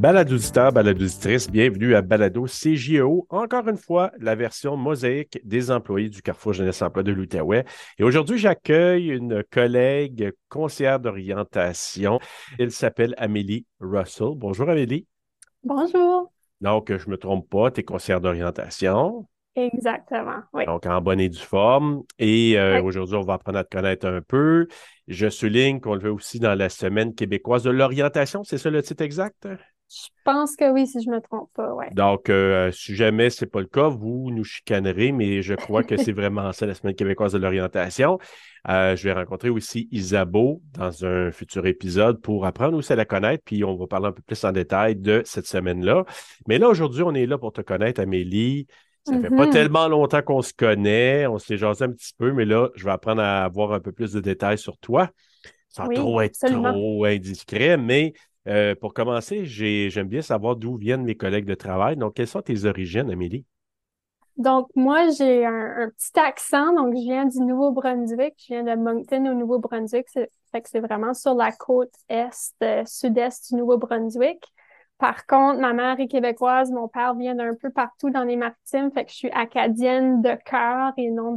Balado-auditeur, balado-auditrice, bienvenue à Balado CJEO. Encore une fois, la version mosaïque des employés du Carrefour Jeunesse Emploi de l'Outaouais. Et aujourd'hui, j'accueille une collègue conseillère d'orientation. Elle s'appelle Amélie Russell. Bonjour Amélie. Bonjour. Donc, je ne me trompe pas, tu es conseillère d'orientation. Exactement, oui. Donc, en bonne et due forme. Et Oui, aujourd'hui, on va apprendre à te connaître un peu. Je souligne qu'on le fait aussi dans la Semaine québécoise de l'orientation. C'est ça le titre exact? je pense que oui, si je me trompe pas, ouais. Donc, si jamais ce n'est pas le cas, vous nous chicanerez, mais je crois que c'est vraiment ça, la Semaine québécoise de l'orientation. Je vais rencontrer aussi Isabeau dans un futur épisode pour apprendre aussi à la connaître, puis on va parler un peu plus en détail de cette semaine-là. Mais là, aujourd'hui, on est là pour te connaître, Amélie. Ça fait pas Mhm. tellement longtemps qu'on se connaît, on s'est jasé un petit peu, mais là, je vais apprendre à avoir un peu plus de détails sur toi sans Oui, trop être absolument. trop indiscret, mais pour commencer, j'aime bien savoir d'où viennent mes collègues de travail. Donc, quelles sont tes origines, Amélie? Donc, moi, j'ai un petit accent. Donc, je viens du Nouveau-Brunswick. Je viens de Moncton au Nouveau-Brunswick. Fait que c'est vraiment sur la côte est, sud-est du Nouveau-Brunswick. Par contre, ma mère est québécoise. Mon père vient d'un peu partout dans les Maritimes. Fait que je suis acadienne de cœur et non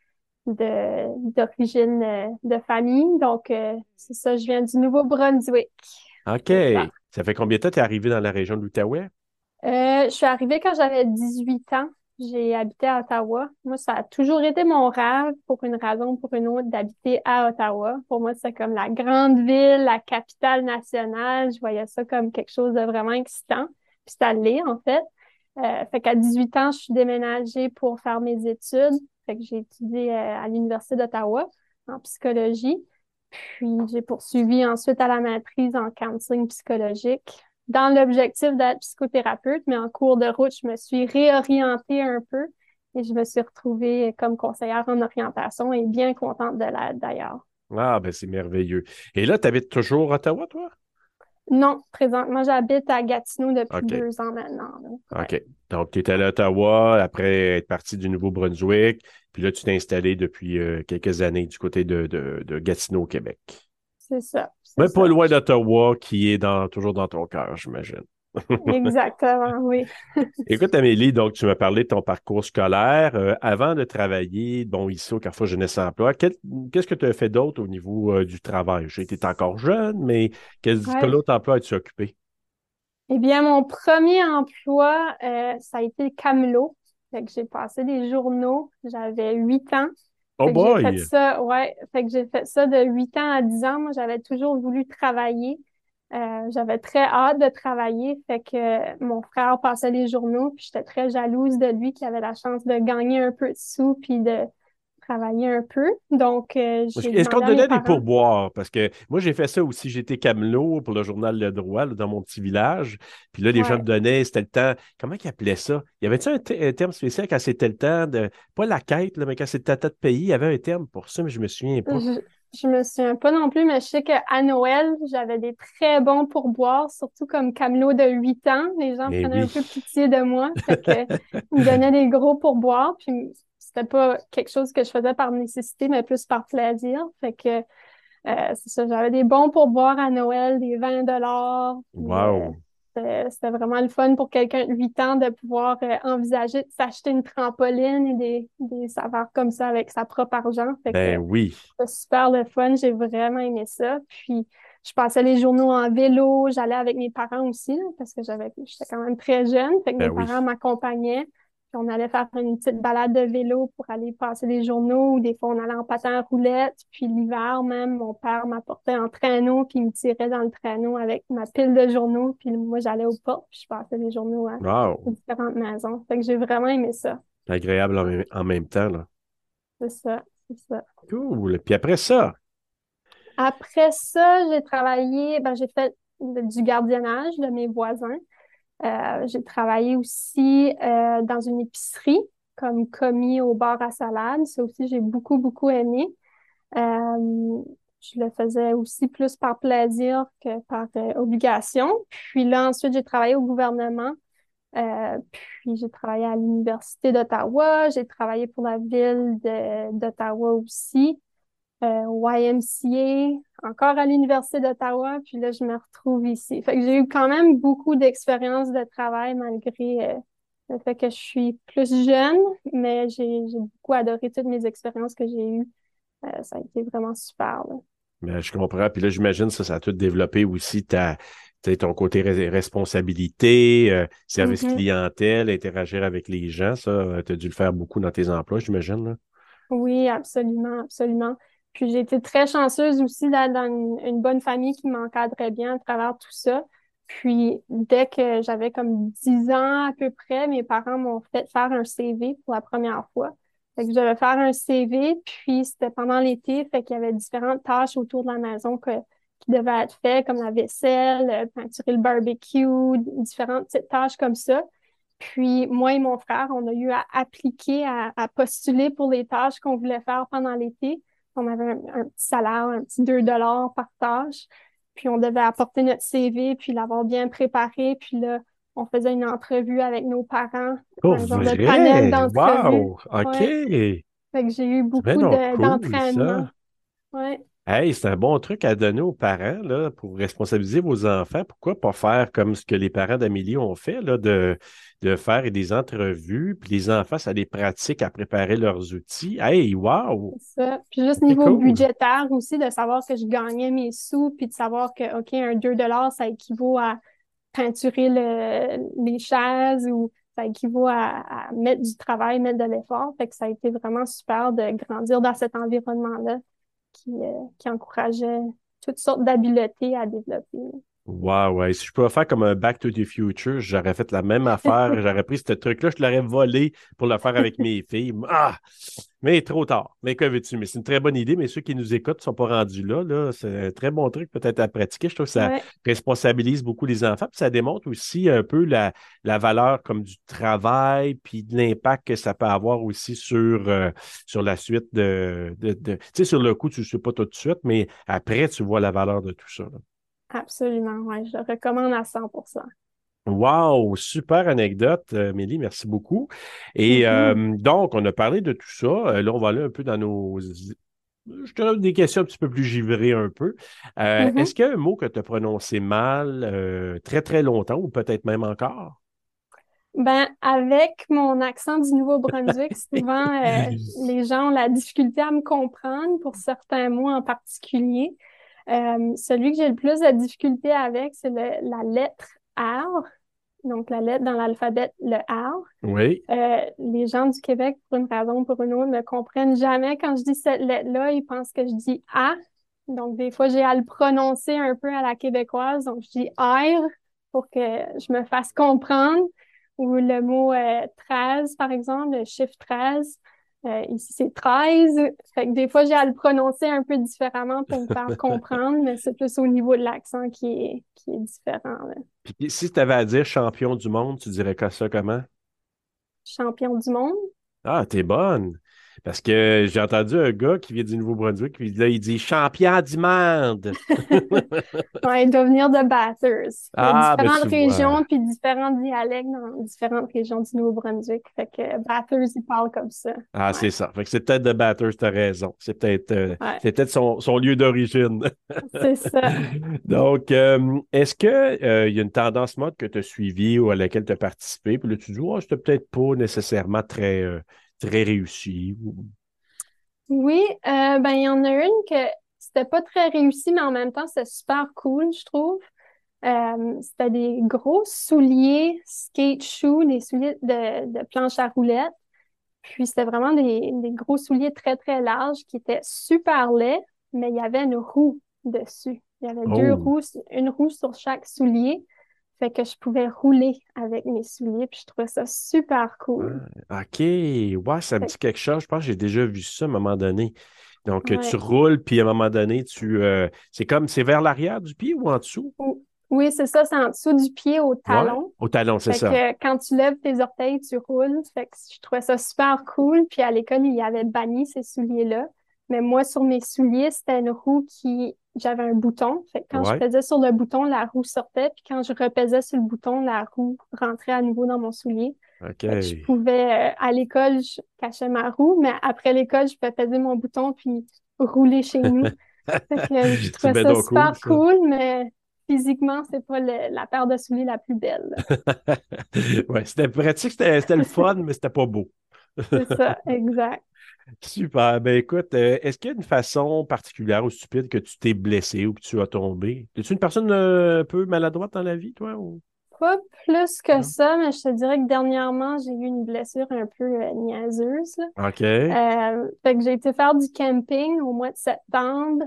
d'origine de famille. Donc, c'est ça, je viens du Nouveau-Brunswick. OK. C'est ça. Ça fait combien de temps que tu es arrivé dans la région de l'Outaouais? Je suis arrivée quand j'avais 18 ans. J'ai habité à Ottawa. Moi, ça a toujours été mon rêve, pour une raison ou pour une autre, d'habiter à Ottawa. Pour moi, c'est comme la grande ville, la capitale nationale. Je voyais ça comme quelque chose de vraiment excitant. Puis ça l'est, en fait. Fait qu'à 18 ans, je suis déménagée pour faire mes études. Fait que j'ai étudié à l'Université d'Ottawa en psychologie. Puis j'ai poursuivi ensuite à la maîtrise en counseling psychologique dans l'objectif d'être psychothérapeute, mais en cours de route, je me suis réorientée un peu et je me suis retrouvée comme conseillère en orientation et bien contente de l'être d'ailleurs. Ah, ben c'est merveilleux. Et là, tu habites toujours à Ottawa, toi? Non, présentement, j'habite à Gatineau depuis OK. 2 ans maintenant, là. Ouais, OK. Donc, tu es allé à Ottawa après être parti du Nouveau-Brunswick, puis là, tu t'es installé depuis quelques années du côté de Gatineau, au Québec. c'est ça, c'est Mais pas ça. loin d'Ottawa, qui est toujours dans ton cœur, j'imagine. Exactement, oui. Écoute, Amélie, donc tu m'as parlé de ton parcours scolaire. Avant de travailler, bon, ici au Carrefour Jeunesse Emploi, qu'est-ce que tu as fait d'autre au niveau du travail? J'ai été encore jeune, mais quel Ouais. autre emploi as-tu occupé? Eh bien, mon premier emploi, ça a été camelot. Fait que j'ai passé des journaux. J'avais 8 ans. Oh Fait que j'ai fait boy! ça, ouais. Fait que j'ai fait ça de 8 ans à 10 ans. Moi, j'avais toujours voulu travailler. J'avais très hâte de travailler. Fait que mon frère passait les journaux, puis j'étais très jalouse de lui qui avait la chance de gagner un peu de sous puis de travailler un peu. Donc, j'ai Est-ce qu'on demandé te à mes donnait des parents. pourboires? Parce que moi, j'ai fait ça aussi. J'étais camelot pour le journal Le Droit là, dans mon petit village. Puis là, les gens me Ouais. donnaient, c'était le temps. Comment ils appelaient ça? Y avait-tu un terme spécial quand c'était le temps de. Pas la quête, là, mais quand c'était le temps de payer, il y avait un terme pour ça, mais je me souviens pas. Je, je me souviens pas non plus, mais je sais qu'à Noël, j'avais des très bons pourboires, surtout comme Camelot de 8 ans. Les gens Eh prenaient un oui. peu pitié de moi. Fait que, ils me donnaient des gros pourboires. Puis, c'était pas quelque chose que je faisais par nécessité, mais plus par plaisir. Fait que, c'est ça, j'avais des bons pourboires à Noël, des 20 $. Puis, Wow. c'était vraiment le fun pour quelqu'un de 8 ans de pouvoir envisager de s'acheter une trampoline et des saveurs comme ça avec sa propre argent. Fait que, Ben oui. c'était super le fun, j'ai vraiment aimé ça. Puis, je passais les journaux en vélo, j'allais avec mes parents aussi, là, parce que j'étais quand même très jeune. Fait que Ben mes oui. parents m'accompagnaient. Puis, on allait faire une petite balade de vélo pour aller passer les journaux, ou des fois, on allait en patin à roulettes. Puis, l'hiver même, mon père m'apportait en traîneau, puis il me tirait dans le traîneau avec ma pile de journaux. Puis, moi, j'allais au port, puis je passais les journaux aux Wow. différentes maisons. Fait que j'ai vraiment aimé ça. Agréable en même temps, là. C'est ça, c'est ça. Cool. Puis après ça, Après ça, j'ai travaillé, ben, j'ai fait du gardiennage de mes voisins. J'ai travaillé aussi dans une épicerie comme commis au bar à salade. Ça aussi, j'ai beaucoup, beaucoup aimé. Euh, je le faisais aussi plus par plaisir que par obligation. Puis là, ensuite, j'ai travaillé au gouvernement. Puis j'ai travaillé à l'Université d'Ottawa. J'ai travaillé pour la ville d'Ottawa aussi. YMCA, encore à l'Université d'Ottawa, puis là, je me retrouve ici. Fait que j'ai eu quand même beaucoup d'expérience de travail malgré le fait que je suis plus jeune, mais j'ai beaucoup adoré toutes mes expériences que j'ai eues. Ça a été vraiment super, là. Mais je comprends. Puis là, j'imagine ça a tout développé aussi ton côté responsabilité, service Mhm. clientèle, interagir avec les gens. Ça, tu as dû le faire beaucoup dans tes emplois, j'imagine, là. Oui, absolument, absolument. Puis j'ai été très chanceuse aussi là, dans une bonne famille qui m'encadrait bien à travers tout ça. Puis dès que j'avais comme 10 ans à peu près, mes parents m'ont fait faire un CV pour la première fois. Fait que je devais faire un CV, puis c'était pendant l'été, fait qu'il y avait différentes tâches autour de la maison qui devaient être faites, comme la vaisselle, peinturer le barbecue, différentes petites tâches comme ça. Puis moi et mon frère, on a eu à appliquer, à postuler pour les tâches qu'on voulait faire pendant l'été. On avait un petit salaire, un petit 2 $ par tâche. Puis on devait apporter notre CV, puis l'avoir bien préparé. Puis là, on faisait une entrevue avec nos parents, Oh, un genre de panel vrai? d'entrevue. Wow! OK! Ouais. C'est Fait que j'ai eu bien beaucoup donc cool, d'entraînement. ça. Ouais. Hey, c'est un bon truc à donner aux parents là, pour responsabiliser vos enfants. Pourquoi pas faire comme ce que les parents d'Amélie ont fait, là, de faire des entrevues, puis les enfants, ça les pratique à préparer leurs outils. Hey, wow! C'est ça. Puis juste C'est niveau cool. budgétaire aussi, de savoir que je gagnais mes sous, puis de savoir que, OK, un 2 $ ça équivaut à peinturer les chaises ou ça équivaut à mettre du travail, mettre de l'effort. Fait que ça a été vraiment super de grandir dans cet environnement-là qui encourageait toutes sortes d'habiletés à développer. Wow, ouais. Si je pouvais faire comme un Back to the Future, j'aurais fait la même affaire. J'aurais pris ce truc-là, je l'aurais volé pour le faire avec mes filles. Ah! Mais trop tard. Mais que veux-tu? Mais c'est une très bonne idée, mais ceux qui nous écoutent ne sont pas rendus là, là. C'est un très bon truc peut-être à pratiquer. Je trouve que ça Ouais, responsabilise beaucoup les enfants. Puis ça démontre aussi un peu la valeur comme du travail, puis de l'impact que ça peut avoir aussi sur la suite Tu sais, sur le coup, tu ne sais pas tout de suite, mais après, tu vois la valeur de tout ça, là. absolument. Ouais, je le recommande à 100%. Wow, super anecdote, Mélie, merci beaucoup. Et Mhm, donc, on a parlé de tout ça. Là, on va aller un peu dans je te donne des questions un petit peu plus givrées un peu. mhm. Est-ce qu'il y a un mot que tu as prononcé mal très, très longtemps ou peut-être même encore? Ben, avec mon accent du Nouveau-Brunswick, souvent, les gens ont la difficulté à me comprendre pour certains mots en particulier. Celui que j'ai le plus de difficulté avec, c'est la lettre R, donc la lettre dans l'alphabet, le R. Oui. Les gens du Québec, pour une raison ou pour une autre, ne comprennent jamais quand je dis cette lettre-là, ils pensent que je dis A. Donc, des fois, j'ai à le prononcer un peu à la québécoise, donc je dis R pour que je me fasse comprendre. Ou le mot 13, par exemple, le chiffre 13. Ici, c'est 13. Fait que des fois, j'ai à le prononcer un peu différemment pour me faire comprendre, mais c'est plus au niveau de l'accent qui est différent, là. Puis, si tu avais à dire champion du monde, tu dirais que ça comment? Champion du monde. Ah, t'es bonne. Parce que j'ai entendu un gars qui vient du Nouveau-Brunswick, puis là, il dit champion du monde. Ouais, il doit venir de Bathurst. Il y a Ah, ben différentes tu vois. régions puis différents dialectes dans différentes régions du Nouveau-Brunswick. Fait que Bathurst, il parle comme ça. Ah, Ouais, c'est ça. Fait que c'est peut-être de Batters, t'as raison. ouais, C'est peut-être son lieu d'origine. c'est ça. Donc, est-ce que il y a une tendance mode que tu as suivie ou à laquelle tu as participé? Puis là, tu dis, oh, c'était peut-être pas nécessairement très réussi. Oui, ben il y en a une que c'était pas très réussi, mais en même temps, c'était super cool, je trouve. C'était des gros souliers skate shoes, des souliers de planche à roulettes. Puis c'était vraiment des gros souliers très, très larges qui étaient super laids, mais il y avait une roue dessus. Il y avait deux Oh, roues, une roue sur chaque soulier. Fait que je pouvais rouler avec mes souliers, puis je trouvais ça super cool. OK. Ouais, ça me Fait dit quelque chose. Je pense que j'ai déjà vu ça à un moment donné. Donc, que, tu ouais. roules, puis à un moment donné, c'est vers l'arrière du pied ou en dessous? Oui, c'est ça, c'est en dessous du pied au Ouais, talon. au talon, c'est Fait ça. que quand tu lèves tes orteils, tu roules. Fait que je trouvais ça super cool. Puis à l'école, il y avait banni ces souliers-là. Mais moi, sur mes souliers, c'était une roue j'avais un bouton. Fait que quand je Ouais, pesais sur le bouton, la roue sortait. Puis quand je repesais sur le bouton, la roue rentrait à nouveau dans mon soulier. Fait que je OK. pouvais, à l'école, je cachais ma roue. Mais après l'école, je pouvais peser mon bouton puis rouler chez nous. Fait que je C'est trouvais bien ça donc cool, super ça. cool, mais physiquement, c'est pas la paire de souliers la plus belle. Ouais, c'était pratique, c'était le fun, mais c'était pas beau. C'est ça, exact. Super. Ben écoute, est-ce qu'il y a une façon particulière ou stupide que tu t'es blessé ou que tu as tombé? Es-tu une personne un peu maladroite dans la vie, toi? Pas plus que Non? ça, mais je te dirais que dernièrement, j'ai eu une blessure un peu niaiseuse, là. OK. Fait que j'ai été faire du camping au mois de septembre,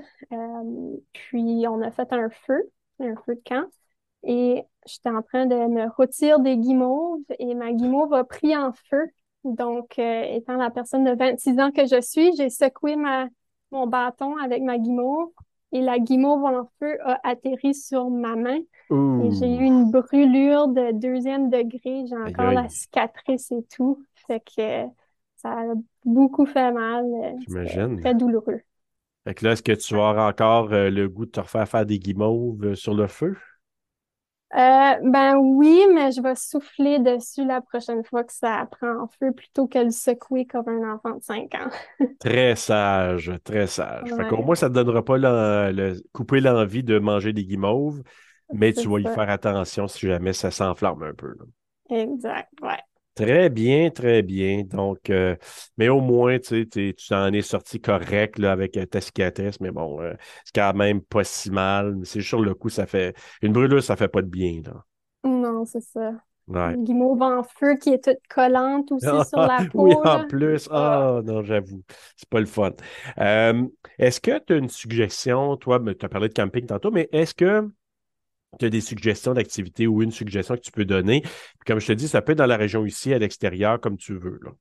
puis on a fait un feu de camp, et j'étais en train de me rôtir des guimauves, et ma guimauve a pris en feu. Donc, étant la personne de 26 ans que je suis, j'ai secoué mon bâton avec ma guimauve, et la guimauve en feu a atterri sur ma main. Et j'ai eu Ouh. une brûlure de deuxième degré. J'ai Aïe, encore la aïe. cicatrice et tout. Fait que ça a beaucoup fait mal. C'était J'imagine. très douloureux. Fait que là, est-ce que tu Ouais. vas avoir encore le goût de te refaire faire des guimauves sur le feu? Ben oui, mais je vais souffler dessus la prochaine fois que ça prend en feu plutôt que le secouer comme un enfant de 5 ans. Très sage, très sage. Fait qu'au Ouais, moins, ça ne te donnera pas couper l'envie de manger des guimauves, mais tu c'est vas y ça. faire attention si jamais ça s'enflamme un peu, là. Exact, ouais. Très bien, très bien. Donc, mais au moins, tu sais, tu t'en es sorti correct là, avec ta cicatrice, mais bon, c'est quand même pas si mal. C'est juste sur le coup, ça fait. Une brûlure, ça fait pas de bien, là. Non, c'est ça. Ouais. Une guimauve en feu qui est toute collante aussi sur la Oui, peau, en là. plus. Ah. Ah, non, j'avoue. C'est pas le fun. Est-ce que tu as une suggestion, toi, tu as parlé de camping tantôt, mais est-ce que tu as des suggestions d'activités ou une suggestion que tu peux donner? Puis comme je te dis, ça peut être dans la région ici, à l'extérieur, comme tu veux, là.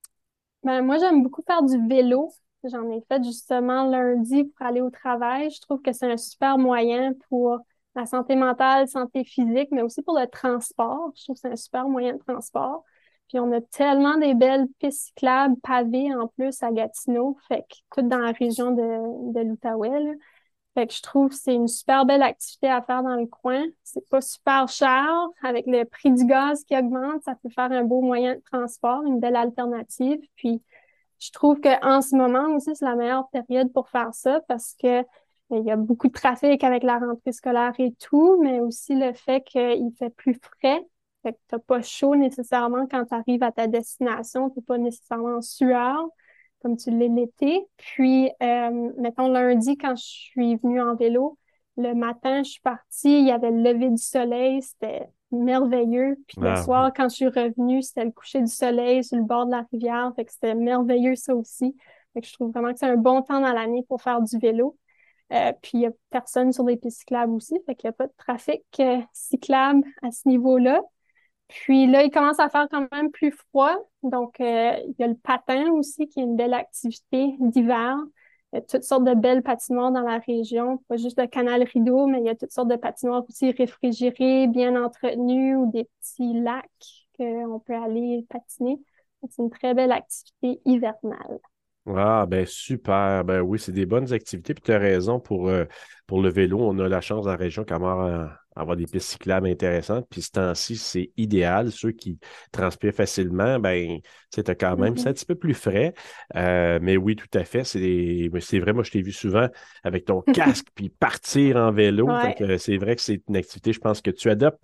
Ben, moi, j'aime beaucoup faire du vélo. J'en ai fait justement lundi pour aller au travail. Je trouve que c'est un super moyen pour la santé mentale, santé physique, mais aussi pour le transport. Je trouve que c'est un super moyen de transport. Puis on a tellement des belles pistes cyclables pavées en plus à Gatineau, fait que tout dans la région de l'Outaouais, là. Fait que je trouve que c'est une super belle activité à faire dans le coin. C'est pas super cher. Avec le prix du gaz qui augmente, ça peut faire un beau moyen de transport, une belle alternative. Puis, je trouve qu'en ce moment aussi, c'est la meilleure période pour faire ça parce que il y a beaucoup de trafic avec la rentrée scolaire et tout, mais aussi le fait qu'il fait plus frais. Fait que t'as pas chaud nécessairement quand tu arrives à ta destination. T'es pas nécessairement en sueur comme tu l'es l'été. Puis, mettons, lundi, quand je suis venue en vélo, le matin, je suis partie, il y avait le lever du soleil, c'était merveilleux. Puis le Ah soir, oui. quand je suis revenue, c'était le coucher du soleil sur le bord de la rivière, fait que c'était merveilleux ça aussi. Fait que je trouve vraiment que c'est un bon temps dans l'année pour faire du vélo. Puis il y a personne sur des pistes cyclables aussi, fait qu'il n'y a pas de trafic cyclable à ce niveau-là. Puis là, il commence à faire quand même plus froid. Donc, il y a le patin aussi, qui est une belle activité d'hiver. Il y a toutes sortes de belles patinoires dans la région, pas juste le canal Rideau, mais il y a toutes sortes de patinoires aussi réfrigérées, bien entretenues ou des petits lacs qu'on peut aller patiner. C'est une très belle activité hivernale. Ah, ben super. Ben oui, c'est des bonnes activités. Puis tu as raison pour le vélo. On a la chance dans la région quand même avoir des pistes cyclables intéressantes. Puis ce temps-ci, c'est idéal. Ceux qui transpirent facilement, ben, c'est quand même, c'est un Mhm. petit peu plus frais. Mais oui, tout à fait. Mais c'est vrai, moi, je t'ai vu souvent avec ton casque puis partir en vélo. Fait Ouais. que c'est vrai que c'est une activité, je pense, que tu adoptes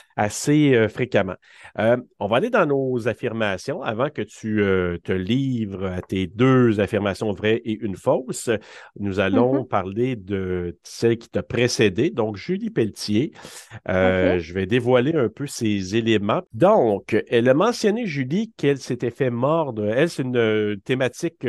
assez fréquemment. On va aller dans nos affirmations avant que tu te livres à tes deux affirmations vraies et une fausse. Nous allons Mhm. parler de celle qui t'a précédé, donc Julie Pelletier. OK. Je vais dévoiler un peu ses éléments. Donc, elle a mentionné, Julie, qu'elle s'était fait mordre. Elle, c'est une thématique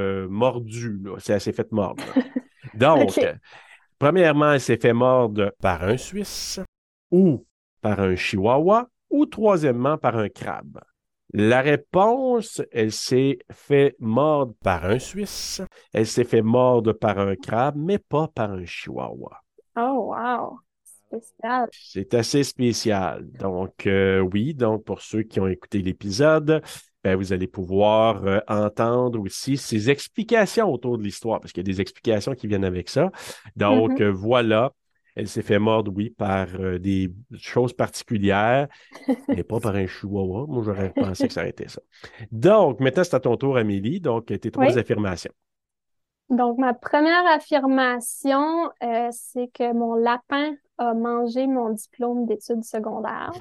mordue, là. Elle s'est fait mordre, là. Donc, OK. premièrement, elle s'est fait mordre par un Suisse ou par un Chihuahua ou troisièmement par un crabe. La réponse, elle s'est fait mordre par un Suisse, elle s'est fait mordre par un crabe, mais pas par un Chihuahua. Oh, wow. Spécial. C'est assez spécial. Donc, oui, donc pour ceux qui ont écouté l'épisode, ben, vous allez pouvoir entendre aussi ses explications autour de l'histoire, parce qu'il y a des explications qui viennent avec ça. Donc, Mhm. voilà, elle s'est fait mordre, oui, par des choses particulières, mais pas par un chihuahua. Moi, j'aurais pensé que ça aurait été ça. Donc, maintenant, c'est à ton tour, Amélie. Donc, tes trois Oui. affirmations. Donc, ma première affirmation, c'est que mon lapin a mangé mon diplôme d'études secondaires.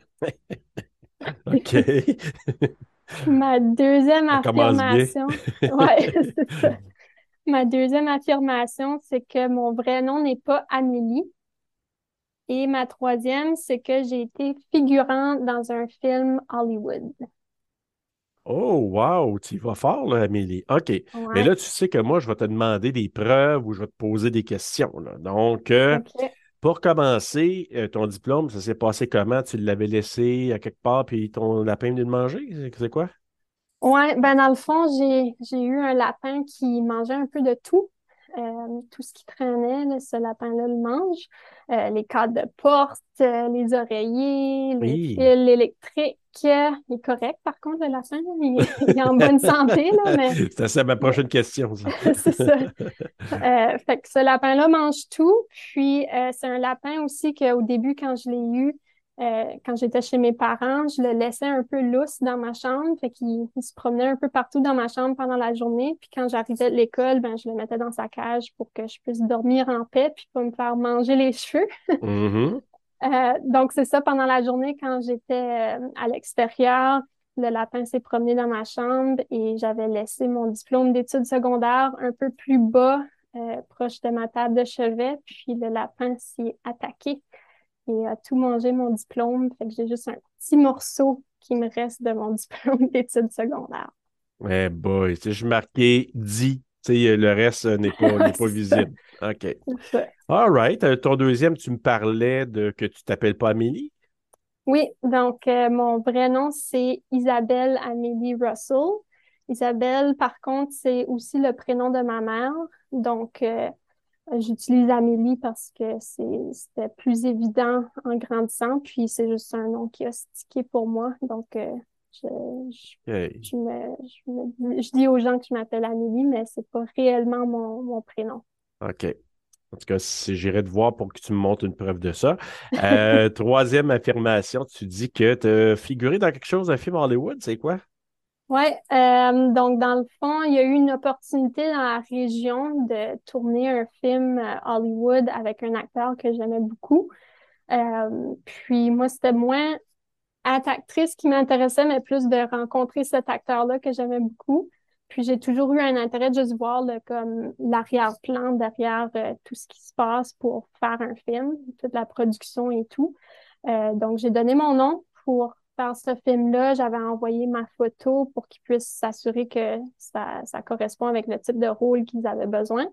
OK. Ma deuxième Ça commence bien. affirmation, ouais, c'est ça. Ma deuxième affirmation, c'est que mon vrai nom n'est pas Amélie. Et ma troisième, c'est que j'ai été figurant dans un film Hollywood. Oh, wow, tu y vas fort, là, Amélie. OK. Mais Ouais, là, tu sais que moi, je vais te demander des preuves ou je vais te poser des questions, là. Donc, ok. pour commencer, ton diplôme, ça s'est passé comment? Tu l'avais laissé à quelque part, puis ton lapin venu de manger? C'est quoi? Ouais, ben dans le fond, j'ai eu un lapin qui mangeait un peu de tout. Tout ce qui traînait, là, ce lapin-là le mange. Les cadres de porte, les oreillers, les fils Oui. électriques. Il est correct, par contre, le lapin, là, il est en bonne santé, là, C'est ça ma mais prochaine question, ça. c'est ça. Fait que ce lapin-là mange tout. Puis, c'est un lapin aussi qu'au début, quand je l'ai eu, quand j'étais chez mes parents, je le laissais un peu lousse dans ma chambre. Fait qu'il se promenait un peu partout dans ma chambre pendant la journée. Puis, quand j'arrivais de l'école, ben, je le mettais dans sa cage pour que je puisse dormir en paix puis pas me faire manger les cheveux. Mhm. Donc, c'est ça, pendant la journée, quand j'étais à l'extérieur, le lapin s'est promené dans ma chambre et j'avais laissé mon diplôme d'études secondaires un peu plus bas, proche de ma table de chevet. Puis le lapin s'y est attaqué et a tout mangé mon diplôme. Fait que j'ai juste un petit morceau qui me reste de mon diplôme d'études secondaires. Eh boy, tu sais, je marqué 10. Tu sais, le reste n'est Ouais, pas c'est ça. visible. OK. C'est ça. All right. Ton deuxième, tu me parlais de que tu t'appelles pas Amélie? Oui, donc mon vrai nom, c'est Isabelle Amélie Russell. Isabelle, par contre, c'est aussi le prénom de ma mère. Donc, j'utilise Amélie parce que c'était plus évident en grandissant. Puis, c'est juste un nom qui a stické pour moi. Donc, je, je, OK. je dis aux gens que je m'appelle Amélie, mais c'est pas réellement mon prénom. OK. En tout cas, j'irai te voir pour que tu me montres une preuve de ça. Troisième affirmation, tu dis que tu as figuré dans quelque chose, un film Hollywood, c'est quoi? Ouais, donc dans le fond, il y a eu une opportunité dans la région de tourner un film Hollywood avec un acteur que j'aimais beaucoup. Puis moi, c'était moins être actrice qui m'intéressait, mais plus de rencontrer cet acteur-là que j'aimais beaucoup. Puis j'ai toujours eu un intérêt de juste voir comme l'arrière-plan derrière tout ce qui se passe pour faire un film, toute la production et tout. Donc j'ai donné mon nom pour faire ce film-là. J'avais envoyé ma photo pour qu'ils puissent s'assurer que ça correspond avec le type de rôle qu'ils avaient besoin.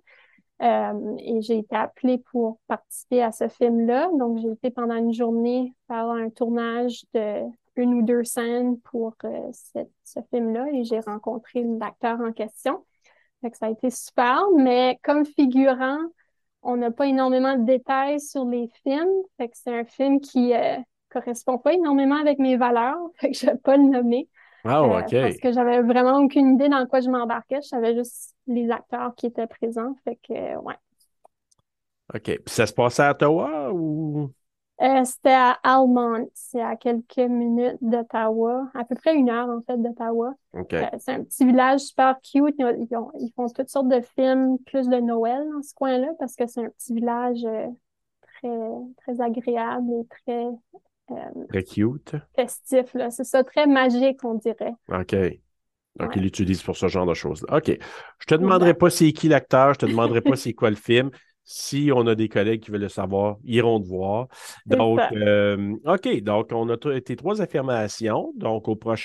Et j'ai été appelée pour participer à ce film-là. Donc, j'ai été pendant une journée faire un tournage de une ou deux scènes pour ce film-là et j'ai rencontré l'acteur en question. Fait que ça a été super, mais comme figurant, on n'a pas énormément de détails sur les films. Fait que c'est un film qui correspond pas énormément avec mes valeurs. Fait que je vais pas le nommer. Ah, Parce OK. que j'avais vraiment aucune idée dans quoi je m'embarquais. Je savais juste les acteurs qui étaient présents. Fait que, ouais. OK. Puis ça se passait à Ottawa ou? C'était à Almont, c'est à quelques minutes d'Ottawa, à peu près une heure en fait d'Ottawa. OK. C'est un petit village super cute. Ils font toutes sortes de films, plus de Noël dans ce coin-là, parce que c'est un petit village très, très agréable et très Très cute. festif, là. C'est ça, très magique, on dirait. OK. Donc, il Ouais, l'utilise pour ce genre de choses. OK. Je te demanderai exact. pas c'est qui l'acteur, je te demanderai pas c'est quoi le film. Si on a des collègues qui veulent le savoir, ils iront te voir. C'est Donc, ça. OK. Donc, on a tes trois affirmations. Donc,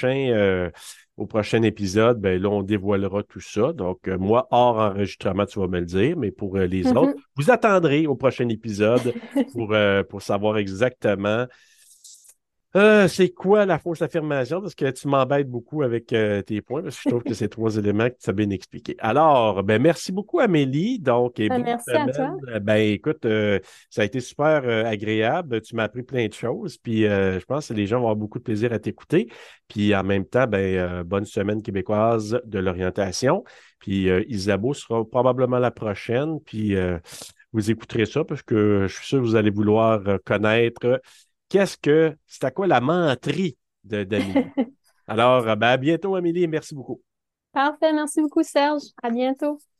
au prochain épisode, ben là, on dévoilera tout ça. Donc, moi, hors enregistrement, tu vas me le dire, mais pour les autres, Mhm. vous attendrez au prochain épisode pour savoir exactement c'est quoi la fausse affirmation? Parce que tu m'embêtes beaucoup avec tes points, parce que je trouve que c'est trois éléments que tu as bien expliqués. Alors, ben, merci beaucoup, Amélie. Donc, et bonne Merci à toi. semaine. Ben, écoute, ça a été super agréable. Tu m'as appris plein de choses. Puis, je pense que les gens vont avoir beaucoup de plaisir à t'écouter. Puis, en même temps, ben, bonne semaine québécoise de l'orientation. Puis, Isabeau sera probablement la prochaine. Puis, vous écouterez ça parce que je suis sûr que vous allez vouloir connaître c'est à quoi la menterie d'Amélie. Alors, ben, à bientôt, Amélie, et merci beaucoup. Parfait. Merci beaucoup, Serge. À bientôt.